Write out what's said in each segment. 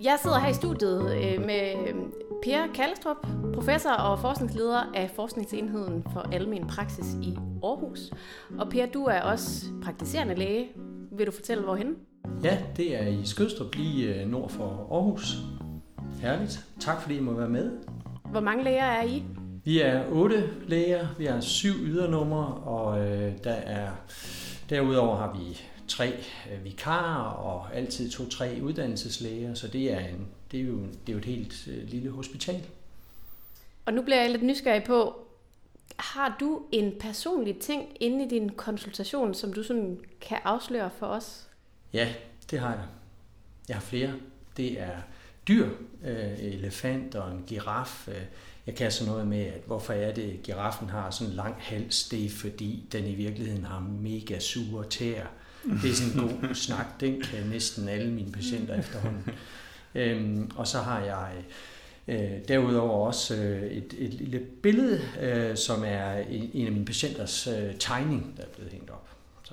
Jeg sidder her i studiet med Per Kallestrup, professor og forskningsleder af Forskningsenheden for Almen Praksis i Aarhus. Og Per, du er også praktiserende læge. Vil du fortælle, hvorhenne? Ja, det er i Skødstrup, lige nord for Aarhus. Herligt. Tak fordi I må være med. Hvor mange læger er I? Vi er 8 læger, vi har 7 ydernumre, og derudover har vi 3 vikarer og altid 2-3 uddannelseslæger, så det er jo et helt lille hospital. Og nu bliver jeg lidt nysgerrig på, har du en personlig ting inde i din konsultation, som du sådan kan afsløre for os? Ja, det har jeg. Jeg har flere. Det er dyr, elefant og en giraf. Jeg kan sådan noget med, at hvorfor er det, giraffen har sådan en lang hals? Det er fordi, den i virkeligheden har mega sure tæer. Det er sådan en god snak, den kan næsten alle mine patienter efterhånden. Og så har jeg derudover også et lille billede, som er en af mine patienters tegning, der er blevet hængt op. Så.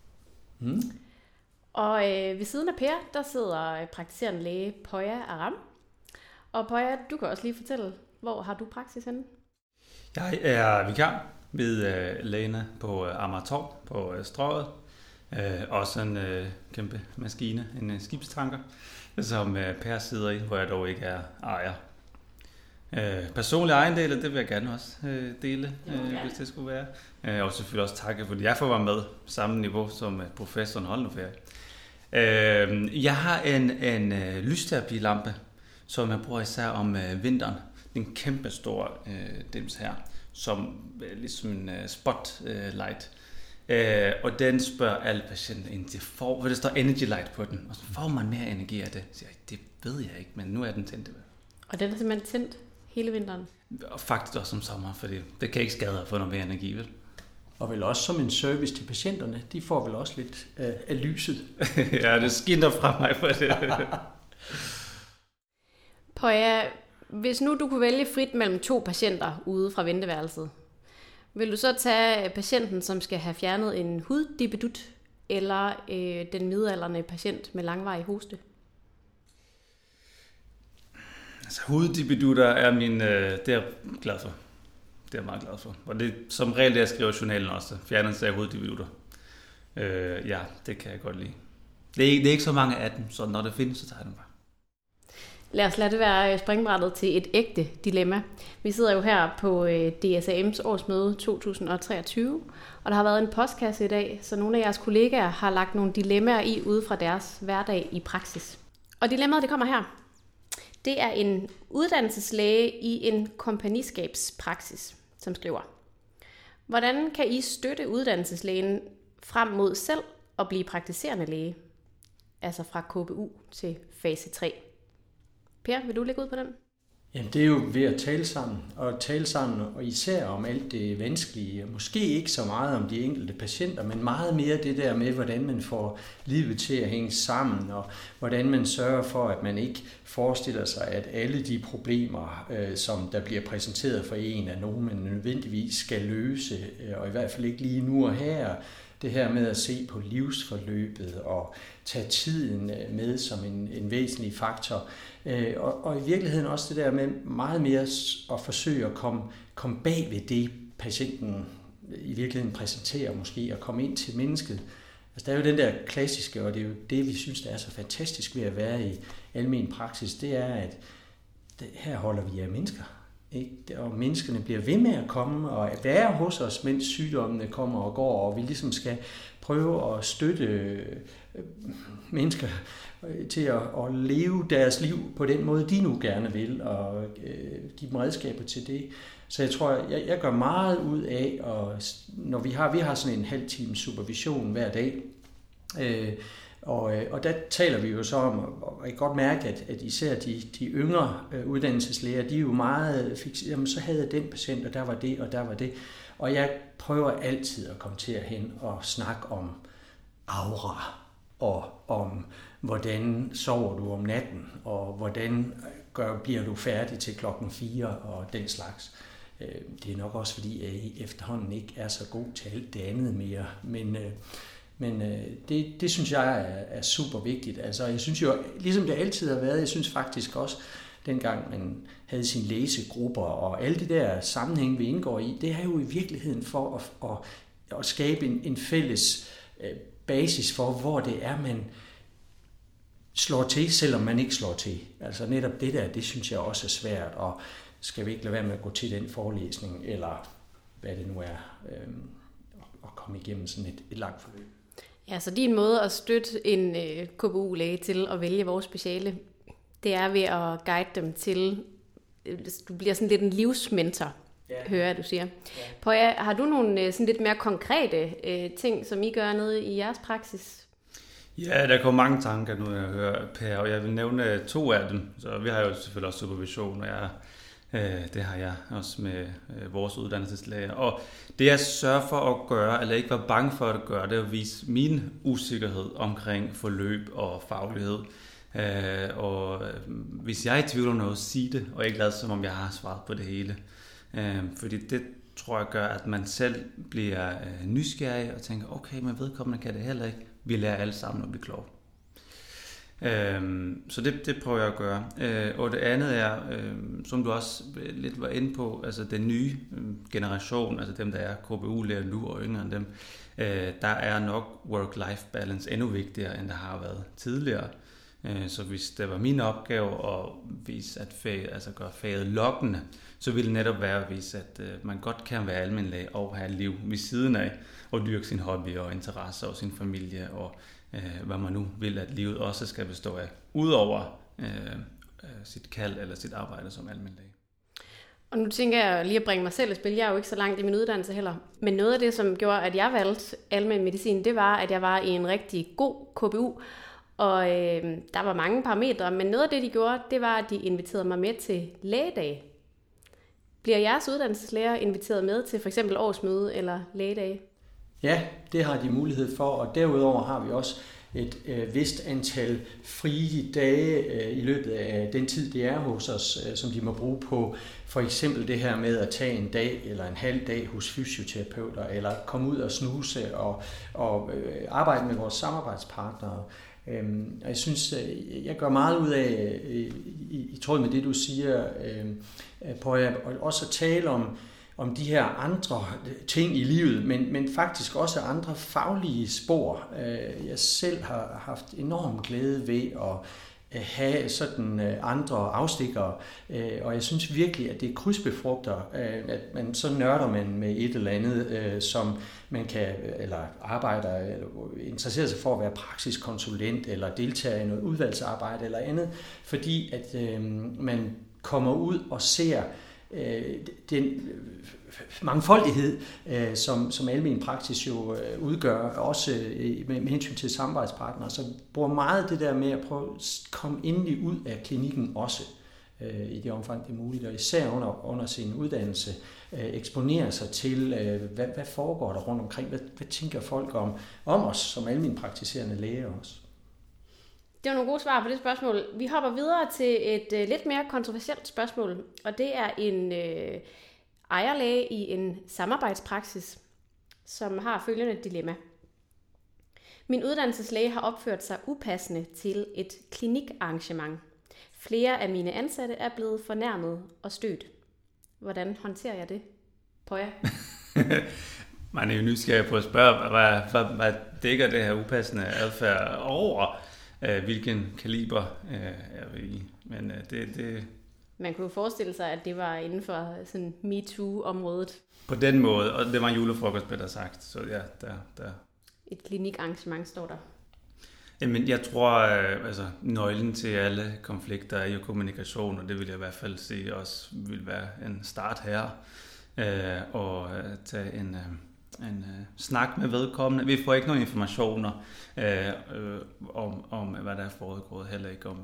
Og ved siden af Per, der sidder praktiserende læge Poya Aram. Og Poya, du kan også lige fortælle, hvor har du praksis henne? Jeg er vikar ved lægene på Amagertorv på Strøget. Også en kæmpe maskine, en skibstanker, som Per sidder i, hvor jeg dog ikke er ejer. Personlige ejendele, det vil jeg gerne også dele, hvis det skulle være. Og selvfølgelig også takke, fordi jeg får være med samme niveau som professoren. Hold nu ferie. Jeg har en lysterapilampe, som jeg bruger især om vinteren. En kæmpe stor dims her, som ligesom en spotlight. Og den spørger alle patienter ind til, for det står Energy Light på den, og så får man mere energi af det. Så det ved jeg ikke, men nu er den tændt. Og den er simpelthen tændt hele vinteren? Og faktisk også om sommer, for det kan ikke skade at få noget mere energi, vel? Og vel også som en service til patienterne, de får vel også lidt af lyset. Ja, det skinner fra mig for det. Poya, hvis nu du kunne vælge frit mellem 2 patienter ude fra venteværelset, vil du så tage patienten, som skal have fjernet en huddibedut, eller den midaldrende patient med langvarig hoste? Altså huddibedutter er det er jeg glad for. Det er jeg meget glad for. Og det som regel, det jeg skriver i journalen også, fjernelse af huddibedutter. Ja, det kan jeg godt lide. Det er ikke så mange af dem, så når det findes, så tager jeg dem bare. Lad os lade det være springbrættet til et ægte dilemma. Vi sidder jo her på DSAM's årsmøde 2023, og der har været en postkasse i dag, så nogle af jeres kollegaer har lagt nogle dilemmaer i ude fra deres hverdag i praksis. Og dilemmaet, det kommer her. Det er en uddannelseslæge i en kompagniskabspraksis, som skriver: Hvordan kan I støtte uddannelseslægen frem mod selv at blive praktiserende læge? Altså fra KBU til fase 3. Per, vil du lægge ud på den? Jamen, det er jo ved at tale sammen, og især om alt det vanskelige. Måske ikke så meget om de enkelte patienter, men meget mere det der med, hvordan man får livet til at hænge sammen, og hvordan man sørger for, at man ikke forestiller sig, at alle de problemer, som der bliver præsenteret for en, er nogen, man nødvendigvis skal løse, og i hvert fald ikke lige nu og her. Det her med at se på livsforløbet og tage tiden med som en væsentlig faktor. Og i virkeligheden også det der med meget mere at forsøge at komme bag ved det, patienten i virkeligheden præsenterer måske, og komme ind til mennesket. Altså der er jo den der klassiske, og det er jo det, vi synes, der er så fantastisk ved at være i almen praksis, det er, at her holder vi af mennesker. Ikke? Og menneskene bliver ved med at komme og være hos os, mens sygdommene kommer og går, og vi ligesom skal prøve at støtte mennesker til at leve deres liv på den måde, de nu gerne vil, og give dem redskaber til det. Så jeg tror, jeg gør meget ud af, og når vi har sådan en halv times supervision hver dag, og der taler vi jo så om, og jeg kan godt mærke, at især de yngre uddannelseslæger, de er jo meget fikseret, jamen så havde jeg den patient, og der var det, og der var det. Og jeg prøver altid at komme til at hen og snakke om aura, og om hvordan sover du om natten, og hvordan bliver du færdig til 4:00 og den slags. Det er nok også fordi, jeg efterhånden ikke er så god til alt det andet mere, Men det synes jeg er super vigtigt. Altså, jeg synes jo, ligesom det altid har været, jeg synes faktisk også, dengang man havde sine læsegrupper og alle de der sammenhæng, vi indgår i, det er jo i virkeligheden for at skabe en fælles basis for, hvor det er, man slår til, selvom man ikke slår til. Altså netop det der, det synes jeg også er svært, og skal vi ikke lade være med at gå til den forelæsning, eller hvad det nu er, at komme igennem sådan et langt forløb. Ja, så din måde at støtte en KBU-læge til at vælge vores speciale, det er ved at guide dem til, du bliver sådan lidt en livsmentor, hører jeg, du siger. Ja. Poya, har du nogle sådan lidt mere konkrete ting, som I gør nede i jeres praksis? Ja, der kommer mange tanker nu, jeg hører Per, og jeg vil nævne 2 af dem. Så vi har jo selvfølgelig også supervision, og det har jeg også med vores uddannelseslæger. Og det jeg sørger for at gøre, eller ikke var bange for at gøre, det er at vise min usikkerhed omkring forløb og faglighed. Og hvis jeg er i tvivl om noget, sige det, og ikke lade som om jeg har svaret på det hele. Fordi det tror jeg gør, at man selv bliver nysgerrig og tænker, okay, men vedkommende kan det heller ikke. Vi lærer alle sammen at blive klog. Så det prøver jeg at gøre. Og det andet er, som du også lidt var inde på, altså den nye generation, altså dem, der er KBU-læger nu og yngre end dem, der er nok work-life balance endnu vigtigere, end der har været tidligere. Så hvis det var min opgave at vise, at gøre faget lokkende, så ville det netop være at vise, at man godt kan være almenlæge og have et liv ved siden af, og dyrke sin hobby og interesser og sin familie, og hvad man nu vil, at livet også skal bestå af, udover sit kald eller sit arbejde som almenlæge. Og nu tænker jeg lige at bringe mig selv i spil. Jeg er jo ikke så langt i min uddannelse heller. Men noget af det, som gjorde, at jeg valgte almen medicin, det var, at jeg var i en rigtig god KBU, og der var mange parametre, men noget af det, de gjorde, det var, at de inviterede mig med til lægedag. Bliver jeres uddannelseslæger inviteret med til for eksempel årsmøde eller lægedag? Ja, det har de mulighed for, og derudover har vi også et vist antal frie dage i løbet af den tid, det er hos os, som de må bruge på for eksempel det her med at tage en dag eller en halv dag hos fysioterapeuter, eller komme ud og snuse og arbejde med vores samarbejdspartnere. Og jeg synes, jeg gør meget ud af, i tråd med det, du siger, Poya, også at tale om de her andre ting i livet, men faktisk også andre faglige spor. Jeg selv har haft enorm glæde ved at have sådan andre afstikkere, og jeg synes virkelig, at det krydsbefrugter, at man så nørder man med et eller andet, som man kan, eller arbejder, eller interesserer sig for at være praksiskonsulent, eller deltager i noget udvalgsarbejde eller andet, fordi at man kommer ud og ser den mangfoldighed, som almen praksis jo udgør, også med hensyn til samarbejdspartnere, så bruger meget det der med at prøve at komme endelig ud af klinikken også, i det omfang det er muligt, og især under sin uddannelse, eksponere sig til, hvad foregår der rundt omkring, hvad tænker folk om os som almen praktiserende læger også. Det var nogle gode svar på det spørgsmål. Vi hopper videre til et lidt mere kontroversielt spørgsmål, og det er en ejerlæge i en samarbejdspraksis, som har følgende dilemma. Min uddannelseslæge har opført sig upassende til et klinikarrangement. Flere af mine ansatte er blevet fornærmet og stødt. Hvordan håndterer jeg det, Poya? Man er jo nysgerrig på at spørge, hvad dækker det her upassende adfærd over? Hvilken kaliber er vi i? Men det... Man kunne jo forestille sig, at det var inden for sådan MeToo-området. På den måde, og det var en julefrokost, blev der sagt. Så ja, der. Et klinikarrangement står der. Jamen, jeg tror, nøglen til alle konflikter er jo kommunikation, og det vil jeg i hvert fald sige også vil være en start her. Og tage en snak med vedkommende. Vi får ikke nogen informationer om, hvad der er foregået, heller ikke om...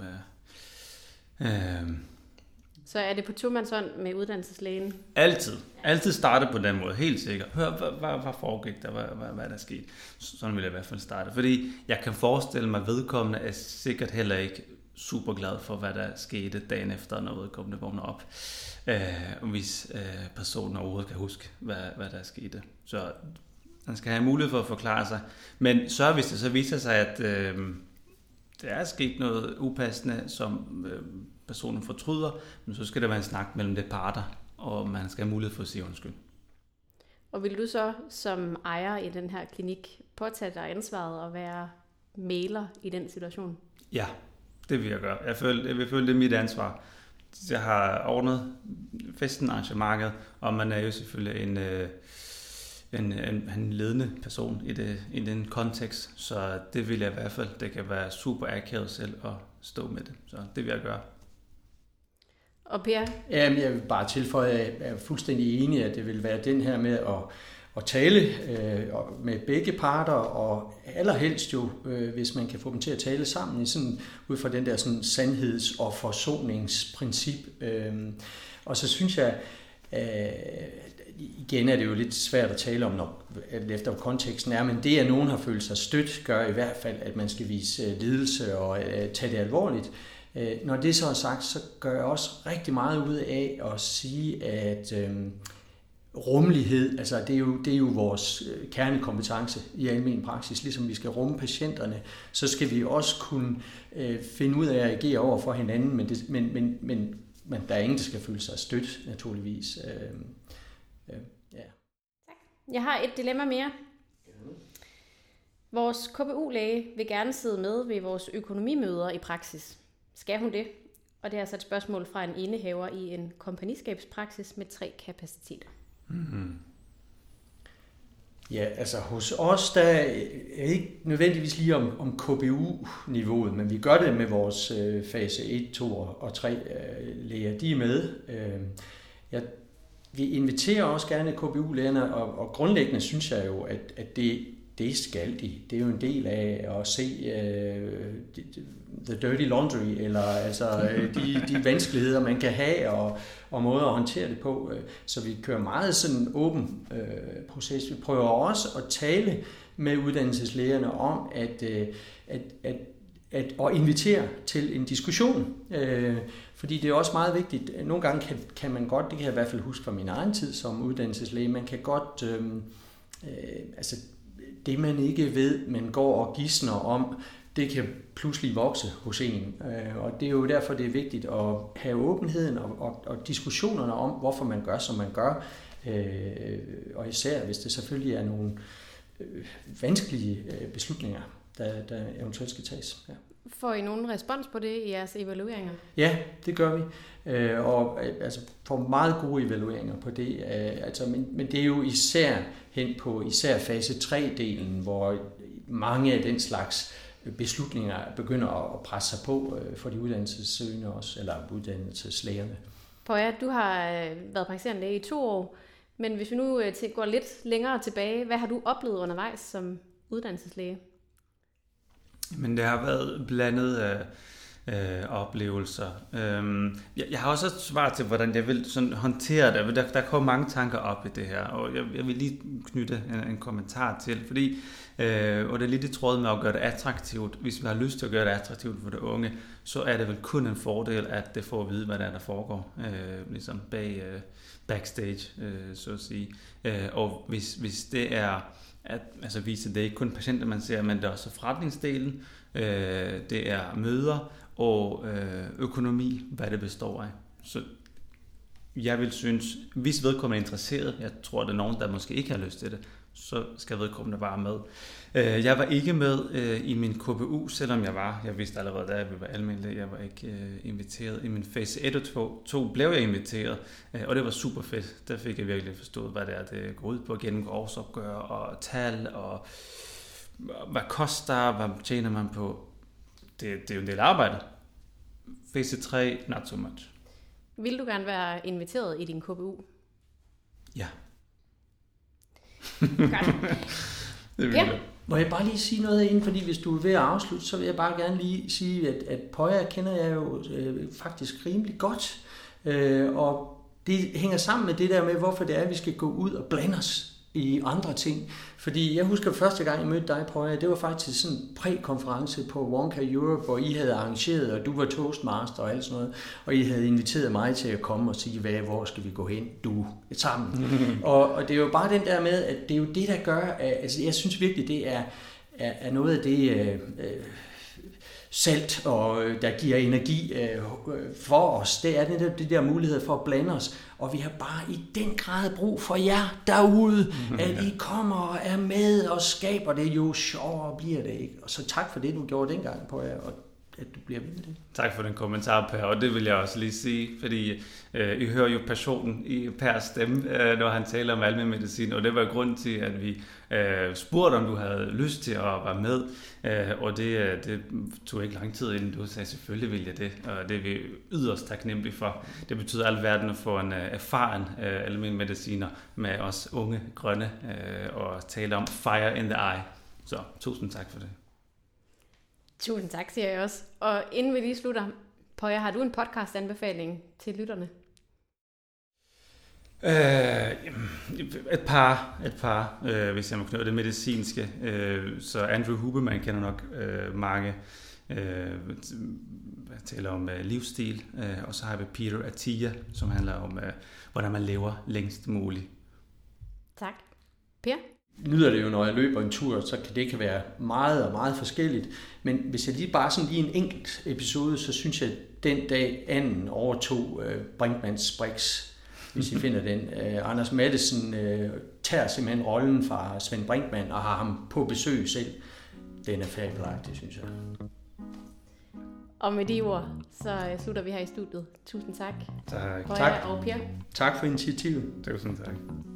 Så er det på tomandshånd med uddannelseslægen? Altid starte på den måde, helt sikkert. Hør, hvad foregik der, hvad der skete. Sådan vil jeg i hvert fald starte. Fordi jeg kan forestille mig, at vedkommende er sikkert heller ikke super glad for, hvad der skete dagen efter, når vedkommende vågner op. Hvis personen overhovedet kan huske, hvad der skete. Så Han skal have mulighed for at forklare sig. Men så hvis det så viser sig, at der er sket noget upassende, som personen fortryder, men så skal der være en snak mellem de parter, og man skal have mulighed for at sige undskyld. Og vil du så som ejer i den her klinik påtage dig ansvaret og være mægler i den situation? Ja, det vil jeg gøre. Jeg vil føle, det er mit ansvar. Jeg har ordnet festen, arrangementet, og man er jo selvfølgelig en ledende person i den kontekst, så det vil jeg i hvert fald. Det kan være super akavet selv at stå med det, så det vil jeg gøre. Og Per? Jamen, jeg vil bare tilføje, at jeg er fuldstændig enig, at det vil være den her med at tale med begge parter, og allerhelst jo, hvis man kan få dem til at tale sammen, i sådan, ud fra den der sådan, sandheds- og forsoningsprincip. Og så synes jeg, igen er det jo lidt svært at tale om, efter konteksten er, men det, at nogen har følt sig stødt, gør i hvert fald, at man skal vise lidelse og tage det alvorligt. Når det så er sagt, så gør jeg også rigtig meget ud af at sige, at rummelighed, altså det er jo vores kernekompetence i almen praksis, ligesom vi skal rumme patienterne, så skal vi også kunne finde ud af at agere over for hinanden, men der er ingen, der skal føle sig stødt, naturligvis. Ja. Tak. Jeg har et dilemma mere. Vores KBU-læge vil gerne sidde med ved vores økonomimøder i praksis. Skal hun det? Og det er altså et spørgsmål fra en indehaver i en kompagniskabspraksis med 3 kapaciteter. Mm-hmm. Ja, altså hos os, der er ikke nødvendigvis lige om KBU-niveauet, men vi gør det med vores fase 1, 2 og 3 læger. De er med. Vi inviterer også gerne KBU-lægerne, og grundlæggende synes jeg jo, at det skal de. Det er jo en del af at se the dirty laundry, eller altså de vanskeligheder, man kan have, og måder at håndtere det på. Så vi kører meget sådan åben proces. Vi prøver også at tale med uddannelseslægerne om at invitere til en diskussion. Fordi det er også meget vigtigt. Nogle gange kan man godt, det kan jeg i hvert fald huske fra min egen tid som uddannelseslæge, man kan godt, altså det man ikke ved, man går og gisner om, det kan pludselig vokse hos en. Og det er jo derfor, det er vigtigt at have åbenheden og diskussionerne om, hvorfor man gør, som man gør. Og især, hvis det selvfølgelig er nogle vanskelige beslutninger, der eventuelt skal tages. Ja. Får I nogen respons på det i jeres evalueringer? Ja, det gør vi. Og altså, får meget gode evalueringer på det. Men det er jo især hen på fase 3-delen, hvor mange af den slags beslutninger begynder at presse sig på for de uddannelsessøgende også, eller uddannelseslægerne. Poya, du har været praktiserende læge i 2 år, men hvis vi nu går lidt længere tilbage, hvad har du oplevet undervejs som uddannelseslæge? Men det har været blandet oplevelser. Jeg har også et svar til, hvordan jeg vil sådan håndtere det. Der kommer mange tanker op i det her, og jeg vil lige knytte en kommentar til, fordi og det er lidt i tråd med at gøre det attraktivt. Hvis vi har lyst til at gøre det attraktivt for det unge, så er det vel kun en fordel, at det får at vide, hvad der foregår, ligesom backstage, så at sige. Og hvis det er at vise, at det er ikke kun patienter, man ser, men det er også forretningsdelen, det er møder og økonomi, hvad det består af. Så jeg vil synes, hvis vedkommende er interesseret, jeg tror, det er nogen, der måske ikke har lyst til det, så skal vedkommende være med. Jeg var ikke med i min KBU, selvom jeg vidste allerede, da jeg ville være almindelig, jeg var ikke inviteret. I min fase 1 og 2 blev jeg inviteret, og det var super fedt. Der fik jeg virkelig forstået, hvad det går ud på at gennemgå årsopgør og tal, og hvad koster, hvad tjener man på. Det er jo en del arbejde. Fase 3, not so much. Vil du gerne være inviteret i din KBU? Ja. Godt. Ja. Må jeg bare lige sige noget inden, fordi hvis du er ved at afslutte, så vil jeg bare gerne lige sige, at Poya kender jeg jo faktisk rimelig godt, og det hænger sammen med det der med, hvorfor det er, at vi skal gå ud og blande os i andre ting. Fordi jeg husker første gang, jeg mødte dig, Poya, det var faktisk sådan en prækonference på Wonka Europe, hvor I havde arrangeret, og du var toastmaster og alt sådan noget, og I havde inviteret mig til at komme og sige, hvor skal vi gå hen, du, sammen. Og det er jo bare den der med, at det er jo det, der gør, altså jeg synes virkelig, det er noget af det salt, og der giver energi for os. Det er det der mulighed for at blande os. Og vi har bare i den grad brug for jer derude, at I kommer og er med og skaber det. Jo sjovere bliver det, ikke? Og så tak for det, du gjorde dengang, på jer, og at du bliver ved med det. Tak for den kommentar, Per, og det vil jeg også lige sige, fordi I hører jo passionen i Pers stemme, når han taler om almen medicin, og det var grund til, at vi spurgte, om du havde lyst til at være med, og det tog ikke lang tid, inden du sagde, selvfølgelig vil jeg det, og det er vi yderst taknemmelige for. Det betyder alverden at få en erfaren almen mediciner med os unge grønne, og tale om fire in the eye. Så tusind tak for det. Tusind tak, siger jeg også. Og inden vi lige slutter, Poya, har du en podcast-anbefaling til lytterne? Et par, hvis jeg må knytte det medicinske. Så Andrew Huberman kender nok mange. Jeg taler om livsstil, og så har vi Peter Attia, som handler om, hvordan man lever længst muligt. Tak. Per? Nyder det jo, når jeg løber en tur, så det kan være meget og meget forskelligt. Men hvis jeg lige en enkelt episode, så synes jeg, at den dag anden overtog Brinkmanns Brix, hvis I finder den. Anders Matthesen tager simpelthen rollen fra Svend Brinkmann og har ham på besøg selv. Den er fabelagtig, synes jeg. Og med de ord, så slutter vi her i studiet. Tusind tak. Tak. Poya og Per. Tak for initiativet. Tusind tak.